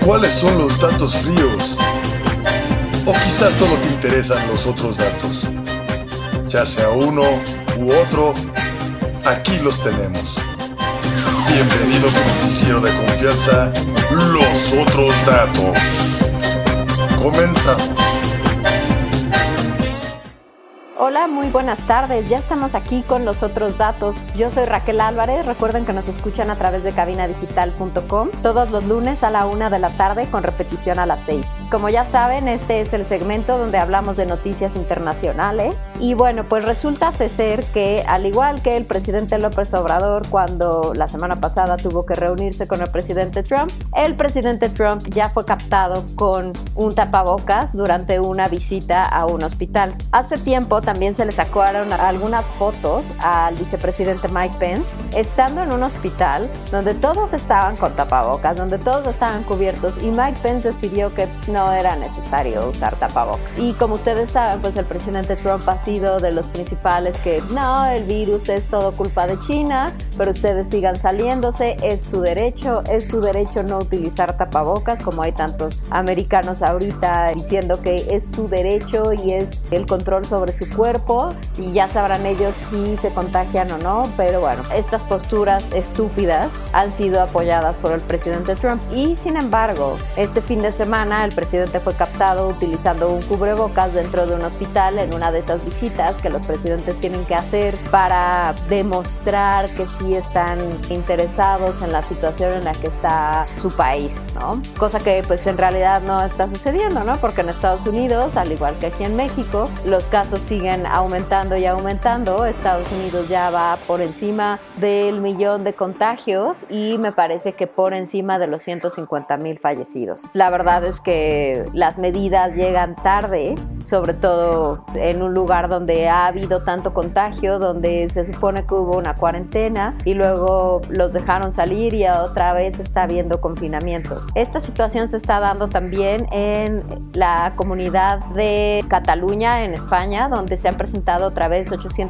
¿Cuáles son los datos fríos? ¿O quizás solo te interesan los otros datos? Ya sea uno u otro, aquí los tenemos. Bienvenido a tu noticiero de confianza, Los Otros Datos. Comenzamos. Hola, muy buenas tardes. Ya estamos aquí con Los Otros Datos. Yo soy Raquel Álvarez. Recuerden que nos escuchan a través de cabinadigital.com todos los lunes a la 1 de la tarde con repetición a las 6. Como ya saben, este es el segmento donde hablamos de noticias internacionales. Y bueno, pues resulta ser que al igual que el presidente López Obrador cuando la semana pasada tuvo que reunirse con el presidente Trump, el presidente Trump ya fue captado con un tapabocas durante una visita a un hospital. Hace tiempo también se le sacaron algunas fotos al vicepresidente Mike Pence estando en un hospital donde todos estaban con tapabocas, donde todos estaban cubiertos, y Mike Pence decidió que no era necesario usar tapabocas. Y como ustedes saben, pues el presidente Trump ha sido de los principales que no, el virus es todo culpa de China, pero ustedes sigan saliéndose, es su derecho no utilizar tapabocas, como hay tantos americanos ahorita diciendo que es su derecho y es el control sobre su cuerpo, y ya sabrán ellos si se contagian o no. Pero bueno, estas posturas estúpidas han sido apoyadas por el presidente Trump, y sin embargo, este fin de semana el presidente fue captado utilizando un cubrebocas dentro de un hospital en una de esas visitas que los presidentes tienen que hacer para demostrar que sí están interesados en la situación en la que está su país, ¿no? Cosa que pues en realidad no está sucediendo, ¿no? Porque en Estados Unidos, al igual que aquí en México, los casos siguen aumentando y aumentando. Estados Unidos ya va por encima del 1,000,000 de contagios y me parece que por encima de los 150,000 fallecidos. La verdad es que las medidas llegan tarde, sobre todo en un lugar donde ha habido tanto contagio, donde se supone que hubo una cuarentena y luego los dejaron salir y otra vez está habiendo confinamientos. Esta situación se está dando también en la comunidad de Cataluña, en España, donde se han presentado otra vez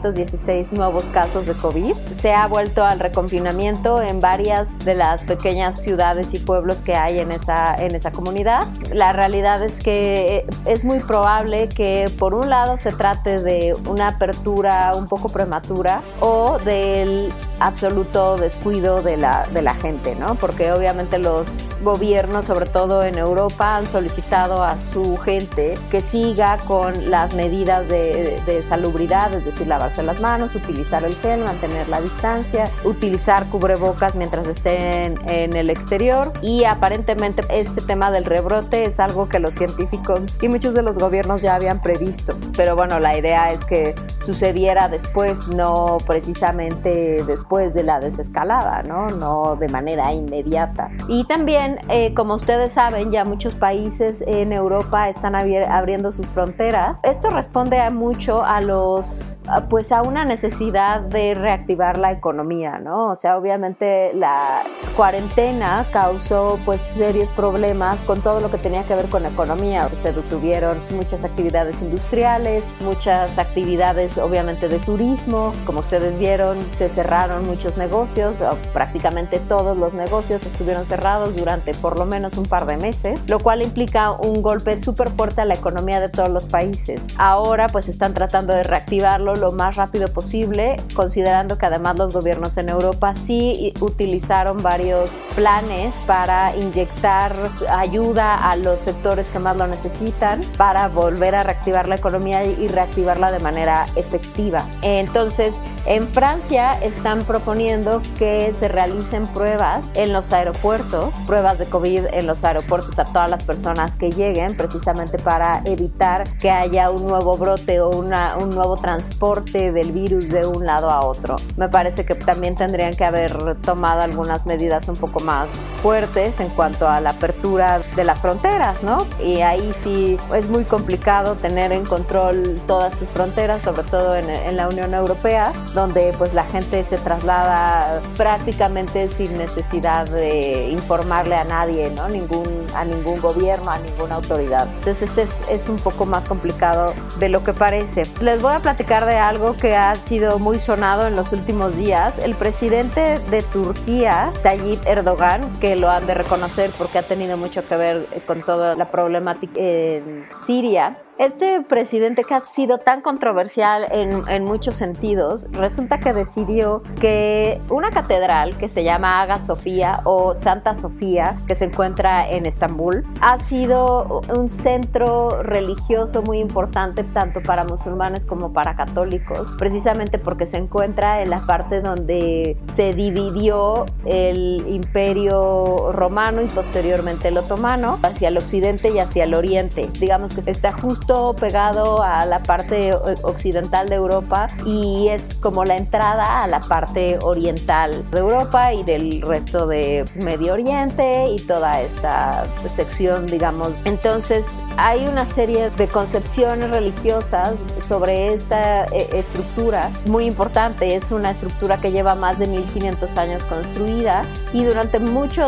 816 nuevos casos de COVID. Se ha vuelto al reconfinamiento en varias de las pequeñas ciudades y pueblos que hay en esa comunidad. La realidad es que es muy probable que por un lado se trate de una apertura un poco prematura o del absoluto descuido de la gente, ¿no? Porque obviamente los gobiernos, sobre todo en Europa, han solicitado a su gente que siga con las medidas de salubridad, es decir, lavarse las manos, utilizar el gel, mantener la distancia, utilizar cubrebocas mientras estén en el exterior. Y aparentemente este tema del rebrote es algo que los científicos y muchos de los gobiernos ya habían previsto, pero bueno, la idea es que sucediera después, no precisamente después de la desescalada, no de manera inmediata. Y también, como ustedes saben, ya muchos países en Europa están abriendo sus fronteras. Esto responde mucho a una necesidad de reactivar la economía, ¿no? O sea, obviamente la cuarentena causó pues serios problemas con todo lo que tenía que ver con la economía. Se detuvieron muchas actividades industriales, muchas actividades obviamente de turismo. Como ustedes vieron, se cerraron muchos negocios, prácticamente todos los negocios estuvieron cerrados durante por lo menos un par de meses, lo cual implica un golpe súper fuerte a la economía de todos los países. Ahora pues están tratando de reactivarlo lo más rápido posible, considerando que además los gobiernos en Europa sí utilizaron varios planes para inyectar ayuda a los sectores que más lo necesitan para volver a reactivar la economía y reactivarla de manera efectiva. Entonces, en Francia están proponiendo que se realicen pruebas en los aeropuertos, pruebas de COVID en los aeropuertos a todas las personas que lleguen, precisamente para evitar que haya un nuevo brote o un nuevo transporte del virus de un lado a otro. Me parece que también tendrían que haber tomado algunas medidas un poco más fuertes en cuanto a la apertura de las fronteras, ¿no? Y ahí sí es muy complicado tener en control todas tus fronteras, sobre todo en la Unión Europea. donde pues la gente se traslada prácticamente sin necesidad de informarle a nadie, ¿no? A ningún gobierno, a ninguna autoridad. Entonces es un poco más complicado de lo que parece. Les voy a platicar de algo que ha sido muy sonado en los últimos días. El presidente de Turquía, Tayyip Erdogan, que lo han de reconocer porque ha tenido mucho que ver con toda la problemática en Siria. Este presidente que ha sido tan controversial en muchos sentidos, resulta que decidió que una catedral que se llama Hagia Sofía o Santa Sofía, que se encuentra en Estambul, ha sido un centro religioso muy importante tanto para musulmanes como para católicos, precisamente porque se encuentra en la parte donde se dividió el Imperio Romano y posteriormente el Otomano hacia el occidente y hacia el oriente. Digamos que está justo pegado a la parte occidental de Europa y es como la entrada a la parte oriental de Europa y del resto de Medio Oriente y toda esta sección, digamos. Entonces hay una serie de concepciones religiosas sobre esta estructura muy importante. Es una estructura que lleva más de 1500 años construida y durante muchos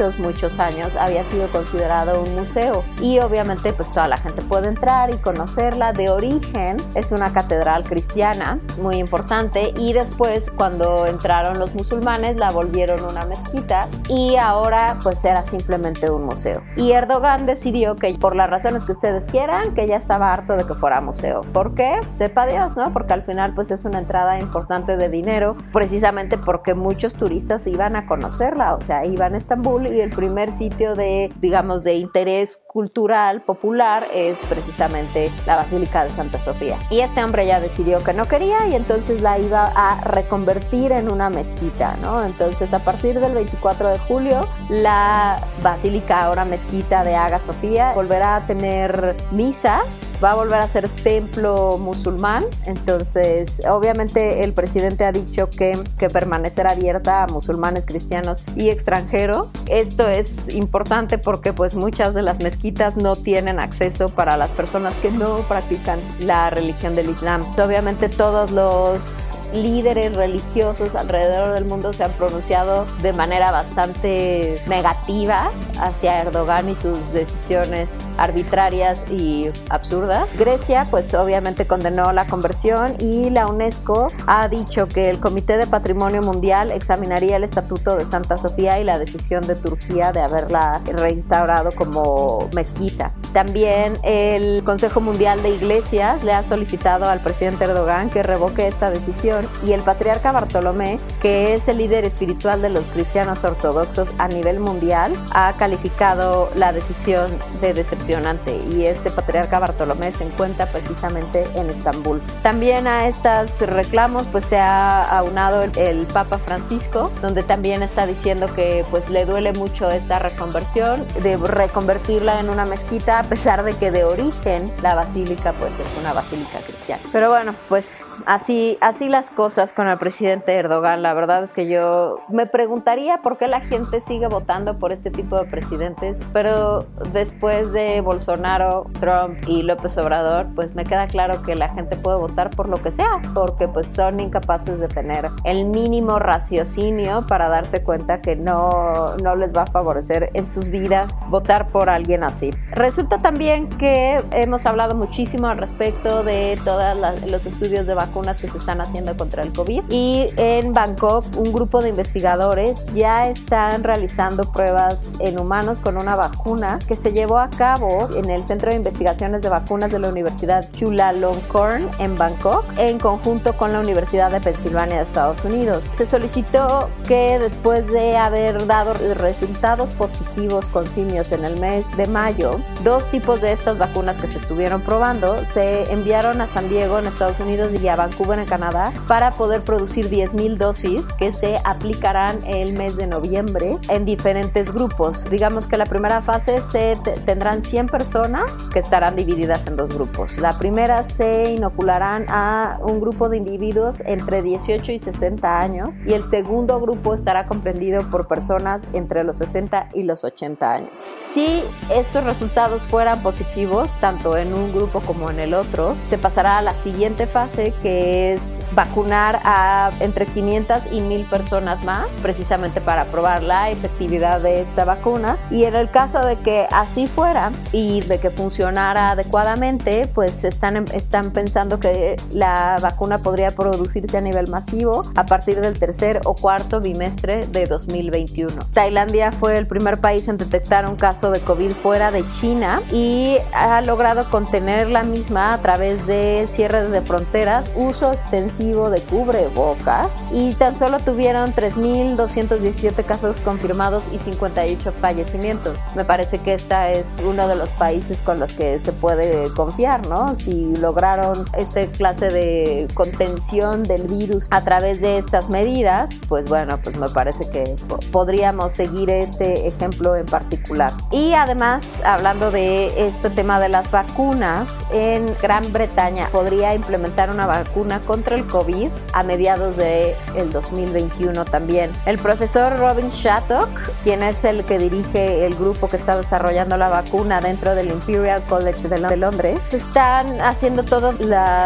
años había sido considerado un museo y obviamente pues toda la gente puede entrar y conocerla. De origen es una catedral cristiana muy importante y después cuando entraron los musulmanes la volvieron una mezquita y ahora pues era simplemente un museo. Y Erdogan decidió que por las razones que ustedes quieran, que ya estaba harto de que fuera museo. ¿Por qué? Sepa Dios, ¿no? Porque al final pues es una entrada importante de dinero, precisamente porque muchos turistas iban a conocerla, o sea, iban a Estambul y el primer sitio de, digamos, de interés cultural popular es precisamente la Basílica de Santa Sofía. Y este hombre ya decidió que no quería y entonces la iba a reconvertir en una mezquita, ¿no? Entonces a partir del 24 de julio la Basílica, ahora mezquita de Hagia Sofía, volverá a tener misas, va a volver a ser templo musulmán. Entonces obviamente el presidente ha dicho que permanecerá abierta a musulmanes, cristianos y extranjeros. Esto es importante porque pues muchas de las mezquitas no tienen acceso para las personas que no practican la religión del Islam. Obviamente todos los líderes religiosos alrededor del mundo se han pronunciado de manera bastante negativa hacia Erdogan y sus decisiones arbitrarias y absurdas. Grecia pues obviamente condenó la conversión y la UNESCO ha dicho que el Comité de Patrimonio Mundial examinaría el estatuto de Santa Sofía y la decisión de Turquía de haberla reinstaurado como mezquita. También el Consejo Mundial de Iglesias le ha solicitado al presidente Erdogan que revoque esta decisión y el patriarca Bartolomé, que es el líder espiritual de los cristianos ortodoxos a nivel mundial, ha calificado la decisión de decepcionante y este patriarca Bartolomé se encuentra precisamente en Estambul. También a estos reclamos pues se ha aunado el Papa Francisco, donde también está diciendo que pues le duele mucho esta reconversión, de reconvertirla en una mezquita, a pesar de que de origen la basílica pues es una basílica cristiana. Pero bueno, pues así las cosas con el presidente Erdogan. La verdad es que yo me preguntaría por qué la gente sigue votando por este tipo de presidentes, pero después de Bolsonaro, Trump y López Obrador, pues me queda claro que la gente puede votar por lo que sea, porque pues son incapaces de tener el mínimo raciocinio para darse cuenta que no les va a favorecer en sus vidas votar por alguien así. Resulta también que hemos hablado muchísimo al respecto de todos los estudios de vacunas que se están haciendo contra el COVID y en Bangkok un grupo de investigadores ya están realizando pruebas en humanos con una vacuna que se llevó a cabo en el Centro de Investigaciones de Vacunas de la Universidad Chulalongkorn en Bangkok en conjunto con la Universidad de Pensilvania de Estados Unidos. Se solicitó que después de haber dado resultados positivos con simios en el mes de mayo, 2 tipos de estas vacunas que se estuvieron probando se enviaron a San Diego en Estados Unidos y a Vancouver en Canadá para poder producir 10,000 dosis que se aplicarán el mes de noviembre en diferentes grupos. Digamos que la primera fase tendrán 100 personas que estarán divididas en 2 grupos. La primera se inocularán a un grupo de individuos entre 18 y 60 años y el segundo grupo estará comprendido por personas entre los 60 y los 80 años. Si estos resultados fueran positivos, tanto en un grupo como en el otro, se pasará a la siguiente fase, que es vacunar a entre 500 y 1000 personas más, precisamente para probar la efectividad de esta vacuna. Y en el caso de que así fuera y de que funcionara adecuadamente, pues están pensando que la vacuna podría producirse a nivel masivo a partir del tercer o cuarto bimestre de 2021. Tailandia fue el primer país en detectar un caso de COVID fuera de China y ha logrado contener la misma a través de cierres de fronteras, uso extensivo de cubrebocas, y tan solo tuvieron 3.217 casos confirmados y 58 fallecimientos. Me parece que esta es uno de los países con los que se puede confiar, ¿no? Si lograron esta clase de contención del virus a través de estas medidas, pues bueno, pues me parece que podríamos seguir este ejemplo en particular. Y además, hablando de este tema de las vacunas, en Gran Bretaña podría implementar una vacuna contra el COVID a mediados del 2021 también. El profesor Robin Shattock, quien es el que dirige el grupo que está desarrollando la vacuna dentro del Imperial College de Londres, están haciendo todas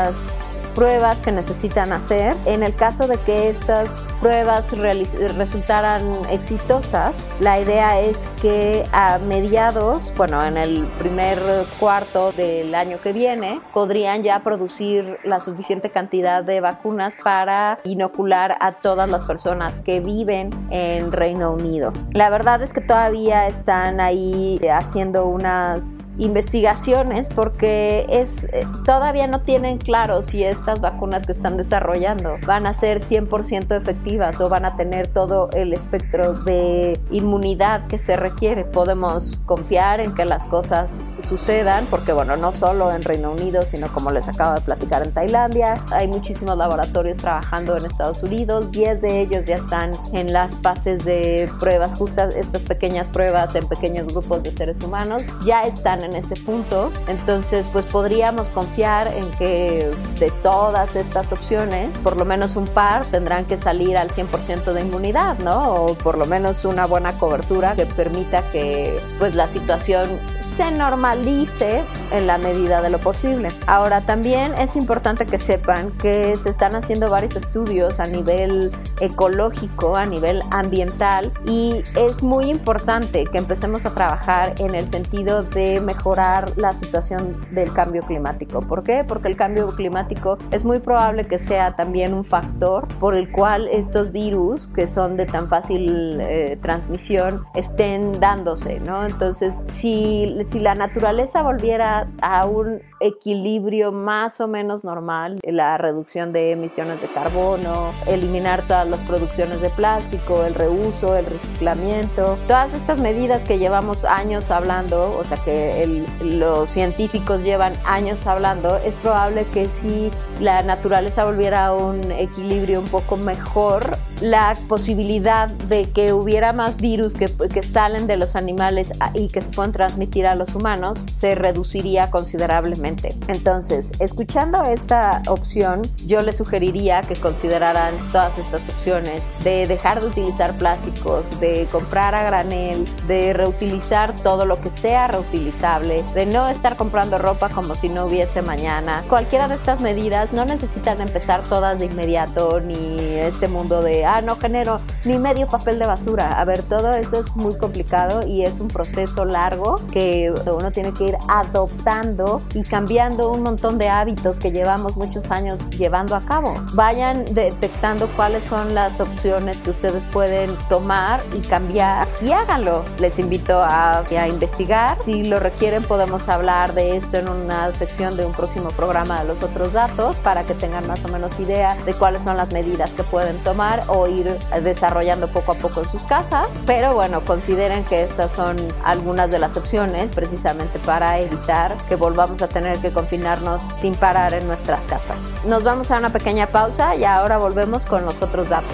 las pruebas que necesitan hacer. En el caso de que estas pruebas resultaran exitosas, la idea es que a mediados, bueno, en el primer cuarto del año que viene, podrían ya producir la suficiente cantidad de vacunas para inocular a todas las personas que viven en Reino Unido. La verdad es que todavía están ahí haciendo unas investigaciones porque todavía no tienen claro si estas vacunas que están desarrollando van a ser 100% efectivas o van a tener todo el espectro de inmunidad que se requiere. Podemos confiar en que las cosas sucedan porque, bueno, no solo en Reino Unido, sino como les acabo de platicar en Tailandia. Hay muchísimos laboratorios trabajando en Estados Unidos, 10 de ellos ya están en las fases de pruebas, justas estas pequeñas pruebas en pequeños grupos de seres humanos, ya están en ese punto. Entonces, pues podríamos confiar en que de todas estas opciones, por lo menos un par tendrán que salir al 100% de inmunidad, ¿no? O por lo menos una buena cobertura que permita que pues la situación se normalice en la medida de lo posible. Ahora, también es importante que sepan que se están haciendo varios estudios a nivel ecológico, a nivel ambiental, y es muy importante que empecemos a trabajar en el sentido de mejorar la situación del cambio climático. ¿Por qué? Porque el cambio climático es muy probable que sea también un factor por el cual estos virus, que son de tan fácil transmisión, estén dándose, ¿no? Entonces, si la naturaleza volviera a un equilibrio más o menos normal, la reducción de emisiones de carbono, eliminar todas las producciones de plástico, el reuso, el reciclamiento, todas estas medidas que llevamos años hablando, o sea que los científicos llevan años hablando, es probable que si la naturaleza volviera a un equilibrio un poco mejor, la posibilidad de que hubiera más virus que salen de los animales y que se pueden transmitir a los humanos se reduciría considerablemente. Entonces, escuchando esta opción, yo les sugeriría que consideraran todas estas opciones de dejar de utilizar plásticos, de comprar a granel, de reutilizar todo lo que sea reutilizable, de no estar comprando ropa como si no hubiese mañana. Cualquiera de estas medidas no necesitan empezar todas de inmediato, ni este mundo de no genero ni medio papel de basura. A ver, todo eso es muy complicado y es un proceso largo que uno tiene que ir adoptando y cambiando un montón de hábitos que llevamos muchos años llevando a cabo. Vayan detectando cuáles son las opciones que ustedes pueden tomar y cambiar y háganlo. Les invito a investigar. Si lo requieren, podemos hablar de esto en una sección de un próximo programa de Los Otros Datos para que tengan más o menos idea de cuáles son las medidas que pueden tomar o ir desarrollando poco a poco en sus casas. Pero bueno, consideren que estas son algunas de las opciones precisamente para evitar que volvamos a tener que confinarnos sin parar en nuestras casas. Nos vamos a una pequeña pausa y ahora volvemos con los otros datos.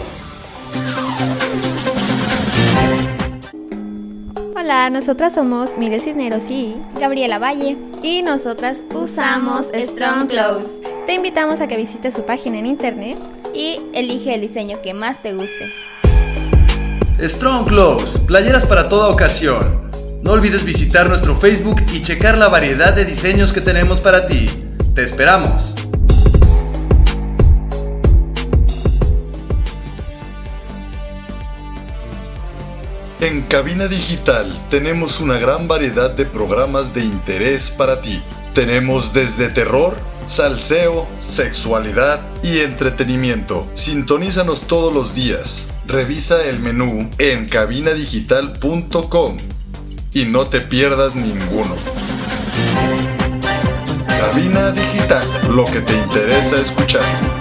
Hola, nosotras somos Mire Cisneros y Gabriela Valle. Y nosotras usamos Strong Clothes. Te invitamos a que visites su página en internet y elige el diseño que más te guste. Strong Clothes, playeras para toda ocasión. No olvides visitar nuestro Facebook y checar la variedad de diseños que tenemos para ti. ¡Te esperamos! En Cabina Digital tenemos una gran variedad de programas de interés para ti. Tenemos desde terror, salseo, sexualidad y entretenimiento. Sintonízanos todos los días. Revisa el menú en cabinadigital.com y no te pierdas ninguno. Cabina Digital, lo que te interesa escuchar.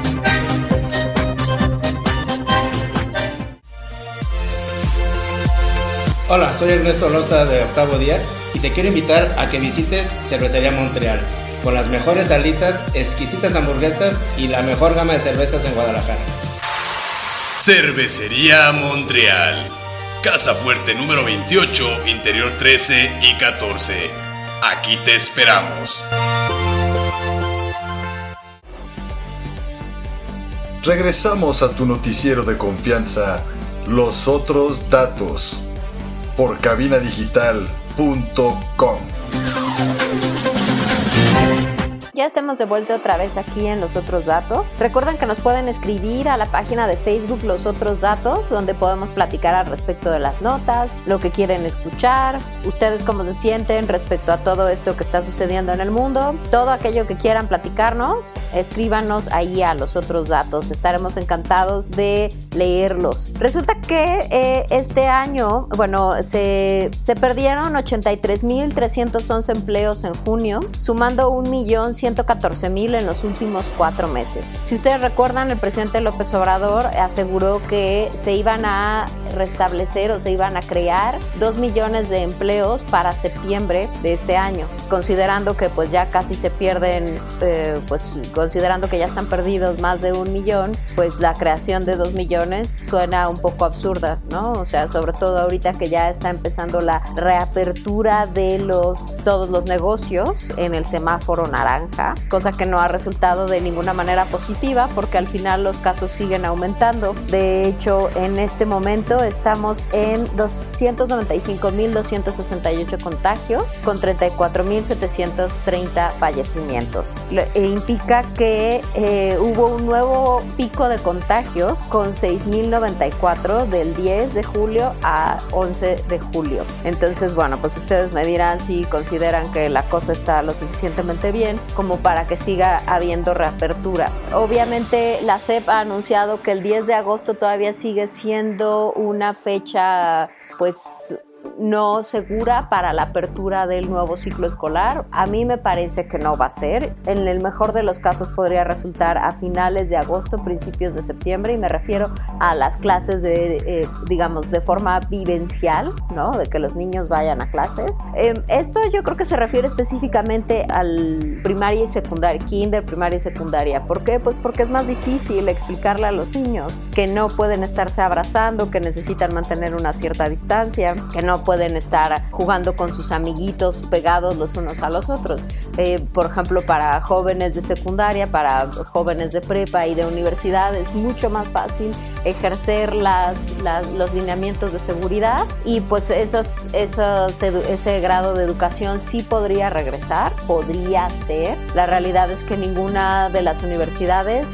Hola, soy Ernesto Loza de Octavo Día y te quiero invitar a que visites Cervecería Montreal, con las mejores alitas, exquisitas hamburguesas y la mejor gama de cervezas en Guadalajara. Cervecería Montreal, Casa Fuerte número 28, Interior 13 y 14. Aquí te esperamos. Regresamos a tu noticiero de confianza, Los Otros Datos, por cabinadigital.com. Ya estamos de vuelta otra vez aquí en Los Otros Datos. Recuerden que nos pueden escribir a la página de Facebook Los Otros Datos, donde podemos platicar al respecto de las notas, lo que quieren escuchar, ustedes cómo se sienten respecto a todo esto que está sucediendo en el mundo, todo aquello que quieran platicarnos, escríbanos ahí a Los Otros Datos. Estaremos encantados de leerlos. Resulta que este año, se perdieron 83,311 empleos en junio, sumando 1,114,000 en los últimos 4 meses. Si ustedes recuerdan, el presidente López Obrador aseguró que se iban a restablecer o se iban a crear 2 millones de empleos para septiembre de este año, considerando que pues ya casi se pierden, considerando que ya están perdidos más de 1 millón, pues la creación de 2 millones suena un poco absurda, ¿no? O sea, sobre todo ahorita que ya está empezando la reapertura de todos los negocios en el semáforo naranja, cosa que no ha resultado de ninguna manera positiva porque al final los casos siguen aumentando. De hecho, en este momento estamos en 295,268 contagios con 34,730 fallecimientos. Implica que hubo un nuevo pico de contagios con 6,094 del 10 de julio a 11 de julio. Entonces, pues ustedes me dirán si consideran que la cosa está lo suficientemente bien como para que siga habiendo reapertura. Obviamente la SEP ha anunciado que el 10 de agosto todavía sigue siendo una fecha no segura para la apertura del nuevo ciclo escolar. A mí me parece que no va a ser. En el mejor de los casos podría resultar a finales de agosto, principios de septiembre, y me refiero a las clases de forma vivencial, ¿no? De que los niños vayan a clases. Esto yo creo que se refiere específicamente al primaria y secundaria, kinder, primaria y secundaria. ¿Por qué? Pues porque es más difícil explicarle a los niños que no pueden estarse abrazando, que necesitan mantener una cierta distancia, que no pueden estar jugando con sus amiguitos pegados los unos a los otros. Por ejemplo, para jóvenes de secundaria, para jóvenes de prepa y de universidad es mucho más fácil ejercer los lineamientos de seguridad y pues ese grado de educación sí podría regresar, podría ser. La realidad es que ninguna de las universidades,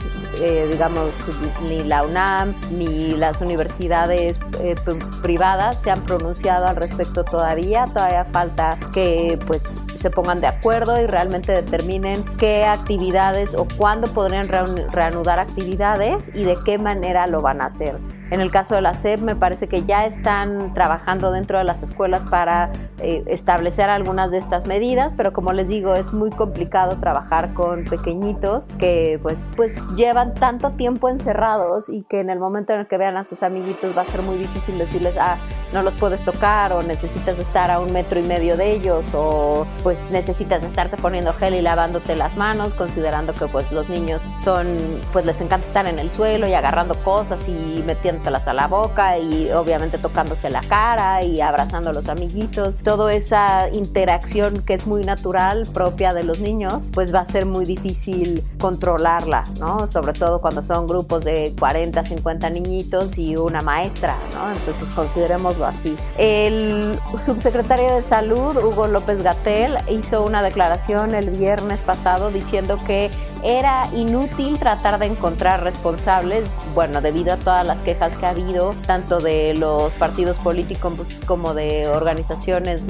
ni la UNAM ni las universidades privadas se han pronunciado al respecto todavía falta que pues se pongan de acuerdo y realmente determinen qué actividades o cuándo podrían reanudar actividades y de qué manera lo van a hacer. En el caso de la SEP me parece que ya están trabajando dentro de las escuelas para establecer algunas de estas medidas, pero como les digo, es muy complicado trabajar con pequeñitos que pues llevan tanto tiempo encerrados y que en el momento en el que vean a sus amiguitos va a ser muy difícil decirles, no los puedes tocar o necesitas estar a 1,5 metros de ellos o pues necesitas estarte poniendo gel y lavándote las manos, considerando que pues los niños les encanta estar en el suelo y agarrando cosas y metiéndoselas a la boca y obviamente tocándose la cara y abrazando a los amiguitos. Toda esa interacción que es muy natural, propia de los niños, pues va a ser muy difícil controlarla, ¿no? Sobre todo cuando son grupos de 40, 50 niñitos y una maestra, ¿no? Entonces considerémoslo así. El subsecretario de Salud, Hugo López-Gatell, hizo una declaración el viernes pasado diciendo que era inútil tratar de encontrar responsables, bueno, debido a todas las quejas que ha habido, tanto de los partidos políticos como de organizaciones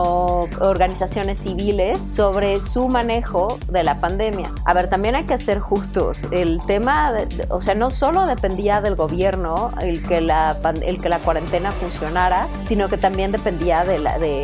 civiles, sobre su manejo de la pandemia. A ver, también hay que ser justos. El tema, o sea, no solo dependía del gobierno el que la cuarentena funcionara, sino que también dependía de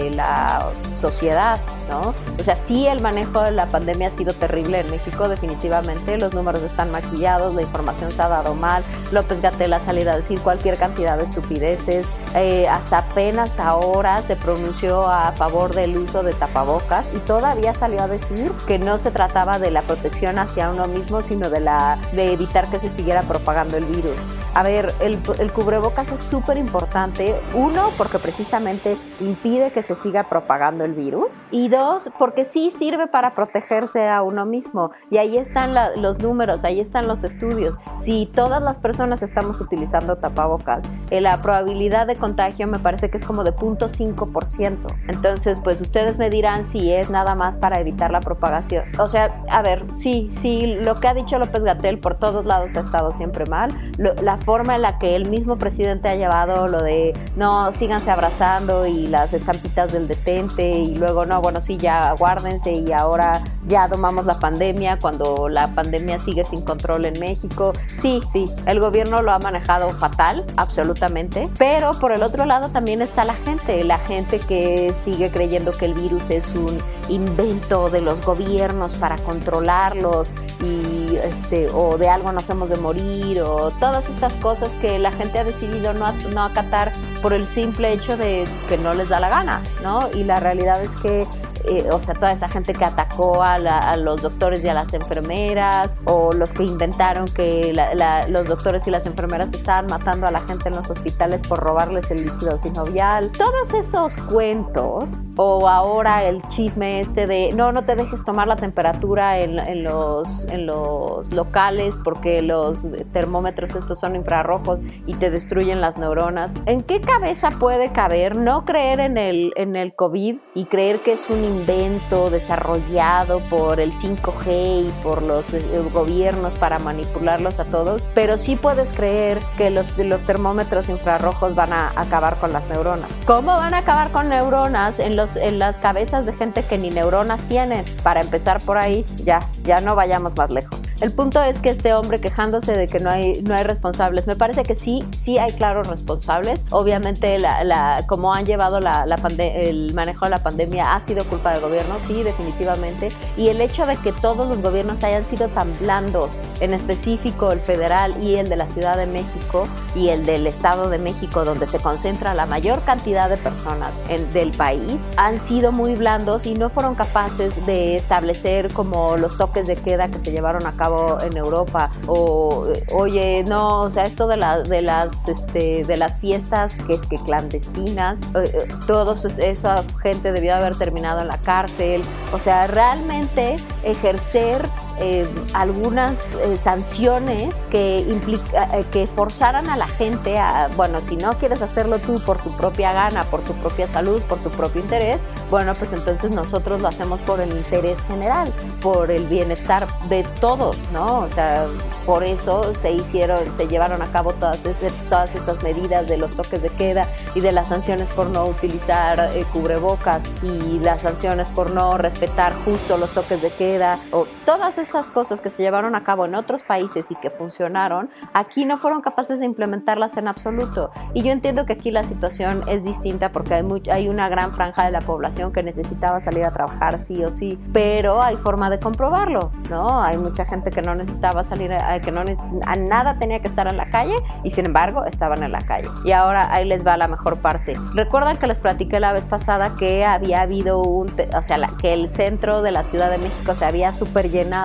la sociedad, ¿no? O sea, sí, el manejo de la pandemia ha sido terrible en México, definitivamente. Los números están maquillados, la información se ha dado mal. López-Gatell ha salido a decir cualquier cantidad de estupideces. Hasta apenas ahora se pronunció a favor del uso de tapabocas y todavía salió a decir que no se trataba de la protección hacia uno mismo, sino de evitar que se siguiera propagando el virus. A ver, el cubrebocas es súper importante. Uno, porque precisamente impide que se siga propagando el virus. Y dos, porque sí sirve para protegerse a uno mismo. Y ahí están los números, ahí están los estudios. Si todas las personas estamos utilizando tapabocas, la probabilidad de contagio me parece que es como de 0.5%. Entonces, pues ustedes me dirán si es nada más para evitar la propagación. O sea, a ver, sí, lo que ha dicho López-Gatell por todos lados ha estado siempre mal. La forma en la que el mismo presidente ha llevado lo de no, síganse abrazando y las estampitas del detente y luego no, bueno, sí, ya aguárdense y ahora ya domamos la pandemia cuando la pandemia sigue sin control en México. Sí, el gobierno lo ha manejado fatal, absolutamente, pero por el otro lado también está la gente que sigue creyendo que el virus es un invento de los gobiernos para controlarlos y o de algo nos hemos de morir, o todas estas cosas que la gente ha decidido no acatar por el simple hecho de que no les da la gana, ¿no? Y la realidad es que o sea, toda esa gente que atacó a los doctores y a las enfermeras, o los que inventaron que los doctores y las enfermeras estaban matando a la gente en los hospitales por robarles el líquido sinovial. Todos esos cuentos, o ahora el chisme de no te dejes tomar la temperatura en los locales porque los termómetros estos son infrarrojos y te destruyen las neuronas. ¿En qué cabeza puede caber no creer en el COVID y creer que es un invento desarrollado por el 5G y por los gobiernos para manipularlos a todos, pero sí puedes creer que los termómetros infrarrojos van a acabar con las neuronas? ¿Cómo van a acabar con neuronas en las cabezas de gente que ni neuronas tienen? Para empezar por ahí, ya no vayamos más lejos. El punto es que este hombre quejándose de que no hay responsables, me parece que sí hay claros responsables. Obviamente como han llevado el manejo de la pandemia ha sido culpa del gobierno, sí, definitivamente. Y el hecho de que todos los gobiernos hayan sido tan blandos, en específico el federal y el de la Ciudad de México y el del Estado de México, donde se concentra la mayor cantidad de personas del país, han sido muy blandos y no fueron capaces de establecer como los toques de queda que se llevaron a cabo en Europa, o oye, no, o sea, esto de las fiestas que clandestinas, toda esa gente debió haber terminado en la cárcel. O sea, realmente ejercer algunas sanciones que forzaran a la gente a, bueno, si no quieres hacerlo tú por tu propia gana, por tu propia salud, por tu propio interés, bueno, pues entonces nosotros lo hacemos por el interés general, por el bienestar de todos, ¿no? O sea, por eso se llevaron a cabo todas esas medidas de los toques de queda y de las sanciones por no utilizar cubrebocas y las sanciones por no respetar justo los toques de queda, o todas esas cosas que se llevaron a cabo en otros países y que funcionaron, aquí no fueron capaces de implementarlas en absoluto. Y yo entiendo que aquí la situación es distinta porque hay una gran franja de la población que necesitaba salir a trabajar sí o sí, pero hay forma de comprobarlo, ¿no? Hay mucha gente que no necesitaba salir, a nada tenía que estar en la calle y sin embargo estaban en la calle. Y ahora ahí les va la mejor parte. ¿Recuerdan que les platiqué la vez pasada que había habido que el centro de la Ciudad de México se había súper llenado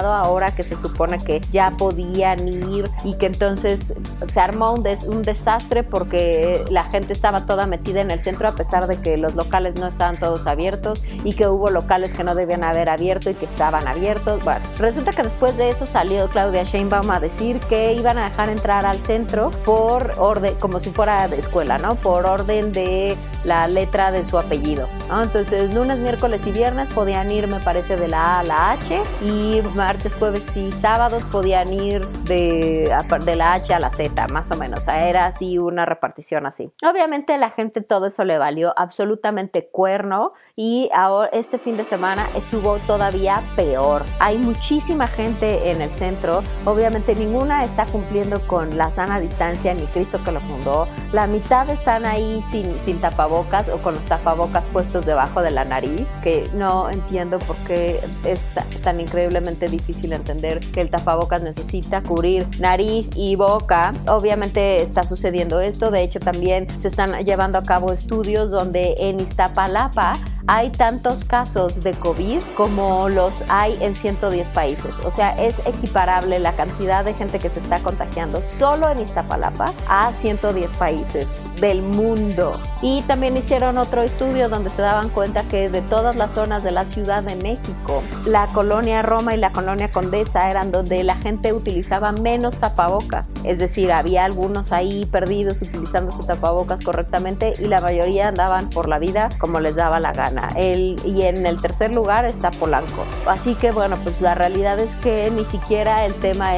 cerrado ahora que se supone que ya podían ir y que entonces se armó un desastre porque la gente estaba toda metida en el centro a pesar de que los locales no estaban todos abiertos y que hubo locales que no debían haber abierto y que estaban abiertos. Bueno, resulta que después de eso salió Claudia Sheinbaum a decir que iban a dejar entrar al centro por orden, como si fuera de escuela, ¿no? Por orden de la letra de su apellido, ¿no? Entonces lunes, miércoles y viernes podían ir, me parece, de la A a la H, y martes, jueves y sábados podían ir de la H a la Z, más o menos. O sea, era así una repartición así. Obviamente la gente todo eso le valió absolutamente cuerno, y ahora este fin de semana estuvo todavía peor. Hay muchísima gente en el centro, obviamente ninguna está cumpliendo con la sana distancia, ni Cristo que lo fundó. La mitad están ahí sin tapabocas o con los tapabocas puestos debajo de la nariz, que no entiendo por qué es tan increíblemente difícil entender que el tapabocas necesita cubrir nariz y boca. Obviamente está sucediendo esto. De hecho, también se están llevando a cabo estudios donde en Iztapalapa hay tantos casos de COVID como los hay en 110 países. O sea, es equiparable la cantidad de gente que se está contagiando solo en Iztapalapa a 110 países del mundo. Y también hicieron otro estudio donde se daban cuenta que de todas las zonas de la Ciudad de México, la colonia Roma y la colonia Condesa eran donde la gente utilizaba menos tapabocas. Es decir, había algunos ahí perdidos utilizando su tapabocas correctamente y la mayoría andaban por la vida como les daba la gana. Y en el tercer lugar está Polanco. Así que bueno, pues la realidad es que ni siquiera el tema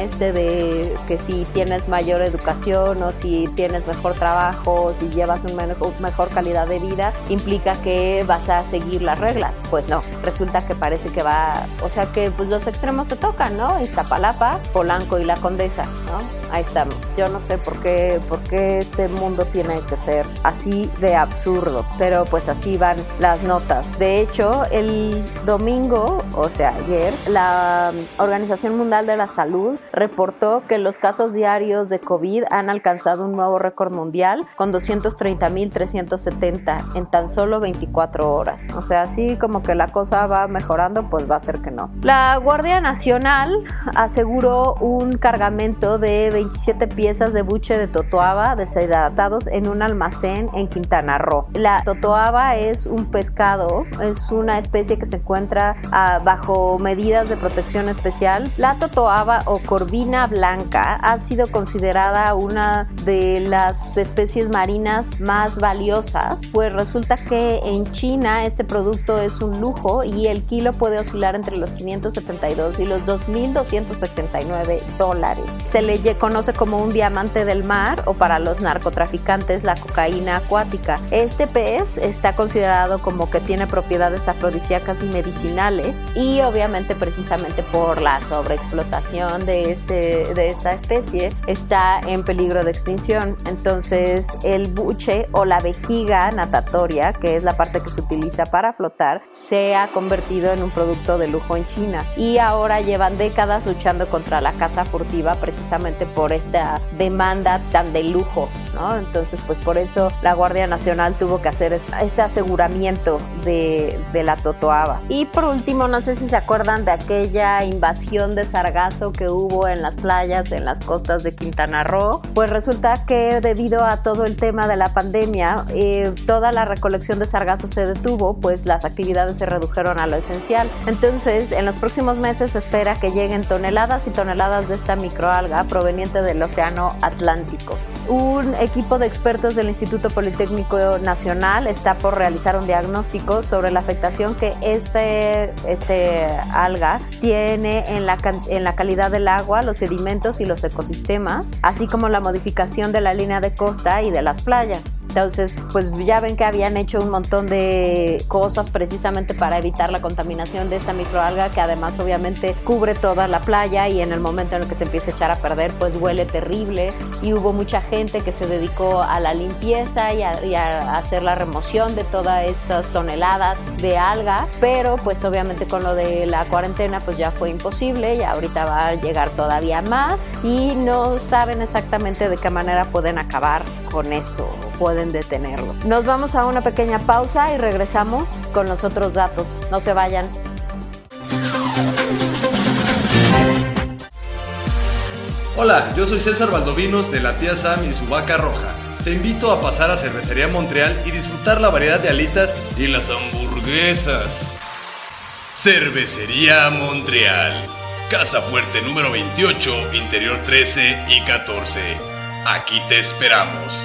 de que si tienes mayor educación o si tienes mejor trabajo o si llevas una mejor calidad de vida implica que vas a seguir las reglas. Pues no, resulta que parece que o sea que pues los extremos se tocan, ¿no? Iztapalapa, Polanco y la Condesa, ¿no? Ahí estamos. Yo no sé por qué este mundo tiene que ser así de absurdo, pero pues así van las notas. De hecho, el domingo, o sea, ayer, la Organización Mundial de la Salud reportó que los casos diarios de COVID han alcanzado un nuevo récord mundial con 230,370 en tan solo 24 horas. O sea, así como que la cosa va mejorando, pues va a ser que no. La Guardia Nacional aseguró un cargamento de 27 piezas de buche de totoaba deshidratados en un almacén en Quintana Roo. La totoaba es un pescado, es una especie que se encuentra bajo medidas de protección especial. La totoaba o corvina blanca ha sido considerada una de las especies marinas más valiosas, pues resulta que en China este producto es un lujo y el kilo puede oscilar entre los 572 y los $2,289. Se le conoce como un diamante del mar o para los narcotraficantes la cocaína acuática. Este pez está considerado como que tiene propiedades afrodisíacas y medicinales y obviamente precisamente por la sobreexplotación de esta especie está en peligro de extinción. Entonces el buche o la vejiga natatoria, que es la parte que se utiliza para flotar, se ha convertido en un producto de lujo en China y ahora llevan décadas luchando contra la caza furtiva precisamente por esta demanda tan de lujo, ¿no? Entonces pues por eso la Guardia Nacional tuvo que hacer este aseguramiento de la totoaba. Y por último, no sé si se acuerdan de aquella invasión de sargazo que hubo en las playas, en las costas de Quintana Roo. Pues resulta que debido a todo el tema de la pandemia, toda la recolección de sargazo se detuvo, pues las actividades se redujeron a lo esencial. Entonces, en los próximos meses se espera que lleguen toneladas y toneladas de esta microalga proveniente del Océano Atlántico. Un equipo de expertos del Instituto Politécnico Nacional está por realizar un diagnóstico sobre la afectación que este alga tiene en la calidad del agua, los sedimentos y los ecosistemas, así como la modificación de la línea de costa y de las playas. Entonces, pues ya ven que habían hecho un montón de cosas precisamente para evitar la contaminación de esta microalga, que además obviamente cubre toda la playa y en el momento en el que se empieza a echar a perder, pues huele terrible, y hubo mucha gente que se dedicó a la limpieza y a hacer la remoción de todas estas toneladas de alga, pero pues obviamente con lo de la cuarentena pues ya fue imposible y ahorita va a llegar todavía más y no saben exactamente de qué manera pueden acabar con esto, pueden detenerlo. Nos vamos a una pequeña pausa y regresamos con los otros datos. No se vayan. Hola, yo soy César Valdovinos de la tía Sam y su vaca roja. Te invito a pasar a Cervecería Montreal y disfrutar la variedad de alitas y las hamburguesas. Cervecería Montreal, Casa Fuerte número 28, interior 13 y 14. Aquí te esperamos.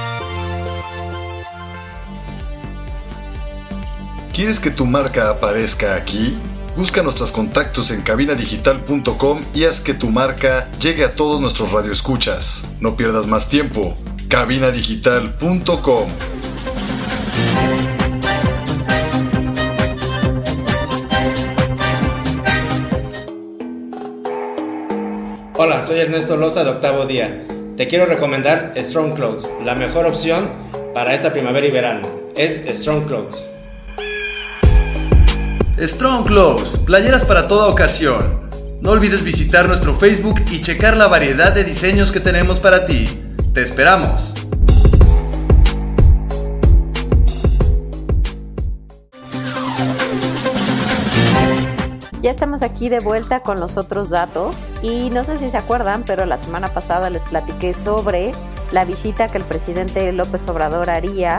¿Quieres que tu marca aparezca aquí? Busca nuestros contactos en cabinadigital.com y haz que tu marca llegue a todos nuestros radioescuchas. No pierdas más tiempo. cabinadigital.com. Hola, soy Ernesto Loza de Octavo Día. Te quiero recomendar Strong Clothes, la mejor opción para esta primavera y verano. Es Strong Clothes. Strong Clothes, playeras para toda ocasión. No olvides visitar nuestro Facebook y checar la variedad de diseños que tenemos para ti. ¡Te esperamos! Ya estamos aquí de vuelta con los otros datos y no sé si se acuerdan, pero la semana pasada les platiqué sobre la visita que el presidente López Obrador haría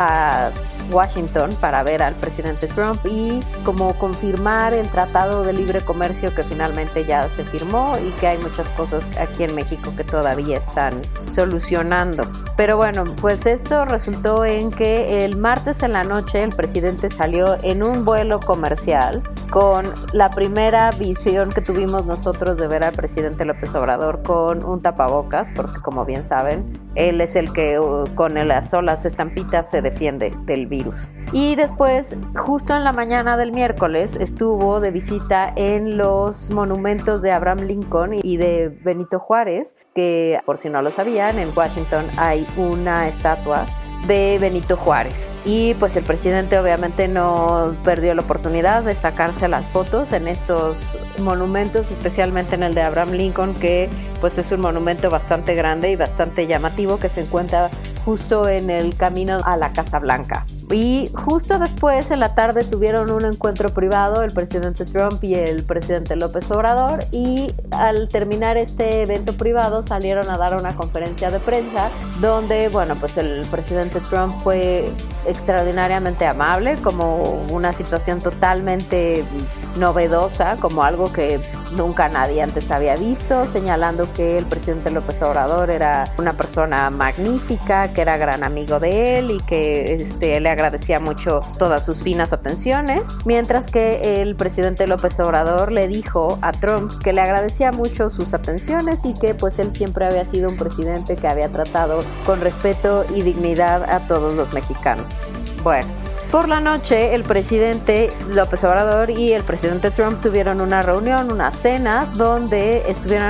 a Washington para ver al presidente Trump y como confirmar el Tratado de Libre Comercio que finalmente ya se firmó y que hay muchas cosas aquí en México que todavía están solucionando. Pero bueno, pues esto resultó en que el martes en la noche el presidente salió en un vuelo comercial con la primera visión que tuvimos nosotros de ver al presidente López Obrador con un tapabocas, porque como bien saben, él es el que con las solas estampitas se defiende del virus. Y después, justo en la mañana del miércoles, estuvo de visita en los monumentos de Abraham Lincoln y de Benito Juárez, que por si no lo sabían, en Washington hay una estatua de Benito Juárez. Y pues el presidente obviamente no perdió la oportunidad de sacarse las fotos en estos monumentos, especialmente en el de Abraham Lincoln, que pues es un monumento bastante grande y bastante llamativo que se encuentra justo en el camino a la Casa Blanca. Y justo después, en la tarde, tuvieron un encuentro privado el presidente Trump y el presidente López Obrador, y al terminar este evento privado salieron a dar una conferencia de prensa donde, bueno, pues el presidente Trump fue extraordinariamente amable, como una situación totalmente novedosa, como algo que nunca nadie antes había visto, señalando que el presidente López Obrador era una persona magnífica, que era gran amigo de él y que le agradecía mucho todas sus finas atenciones, mientras que el presidente López Obrador le dijo a Trump que le agradecía mucho sus atenciones y que pues él siempre había sido un presidente que había tratado con respeto y dignidad a todos los mexicanos. Bueno, por la noche el presidente López Obrador y el presidente Trump tuvieron una reunión, una cena, donde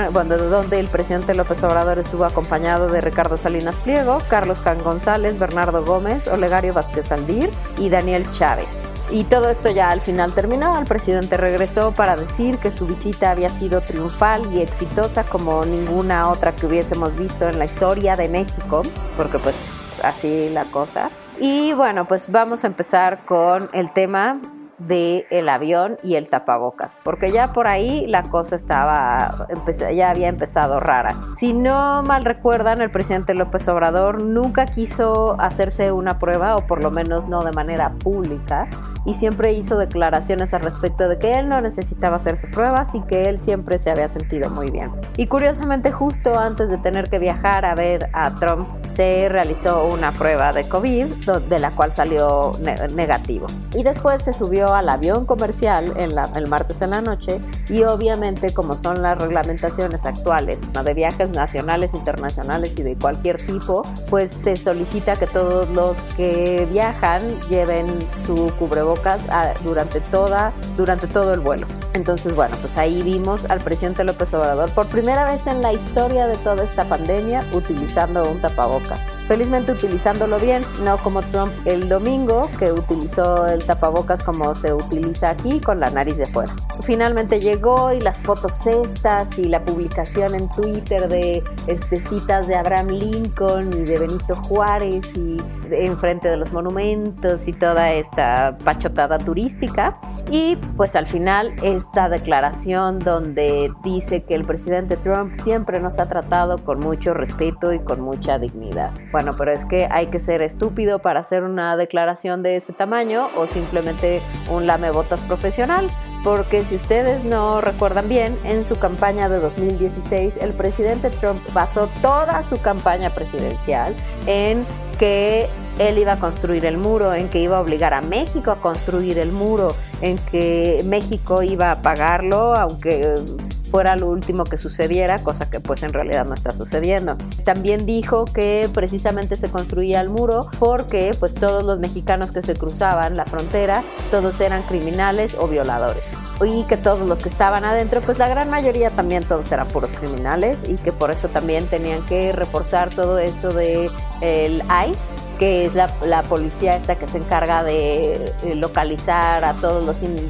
el presidente López Obrador estuvo acompañado de Ricardo Salinas Pliego, Carlos Can González, Bernardo Gómez, Olegario Vázquez Aldir y Daniel Chávez. Y todo esto ya al final terminó. El presidente regresó para decir que su visita había sido triunfal y exitosa como ninguna otra que hubiésemos visto en la historia de México, porque pues así la cosa. Y bueno, pues vamos a empezar con el tema del avión y el tapabocas, porque ya por ahí la cosa ya había empezado rara. Si no mal recuerdan, el presidente López Obrador nunca quiso hacerse una prueba, o por lo menos no de manera pública, y siempre hizo declaraciones al respecto de que él no necesitaba hacerse pruebas y que él siempre se había sentido muy bien. Y curiosamente, justo antes de tener que viajar a ver a Trump, se realizó una prueba de COVID, de la cual salió negativo. Y después se subió al avión comercial el martes en la noche, y obviamente, como son las reglamentaciones actuales de viajes nacionales, internacionales y de cualquier tipo, pues se solicita que todos los que viajan lleven su cubrebocas durante todo el vuelo. Entonces, bueno, pues ahí vimos al presidente López Obrador por primera vez en la historia de toda esta pandemia utilizando un tapabocas. Felizmente utilizándolo bien, no como Trump el domingo, que utilizó el tapabocas como se utiliza aquí, con la nariz de fuera. Finalmente llegó, y las fotos estas y la publicación en Twitter de citas de Abraham Lincoln y de Benito Juárez y enfrente de los monumentos y toda esta pachotada turística. Y pues al final esta declaración donde dice que el presidente Trump siempre nos ha tratado con mucho respeto y con mucha dignidad. Bueno, pero es que hay que ser estúpido para hacer una declaración de ese tamaño o simplemente un lamebotas profesional. Porque si ustedes no recuerdan bien, en su campaña de 2016, el presidente Trump basó toda su campaña presidencial en que él iba a construir el muro, en que iba a obligar a México a construir el muro, en que México iba a pagarlo, aunque fuera lo último que sucediera, cosa que pues en realidad no está sucediendo. También dijo que precisamente se construía el muro porque pues todos los mexicanos que se cruzaban la frontera, todos eran criminales o violadores. Y que todos los que estaban adentro, pues la gran mayoría también todos eran puros criminales y que por eso también tenían que reforzar todo esto de el ICE, que es la policía esta que se encarga de localizar a todos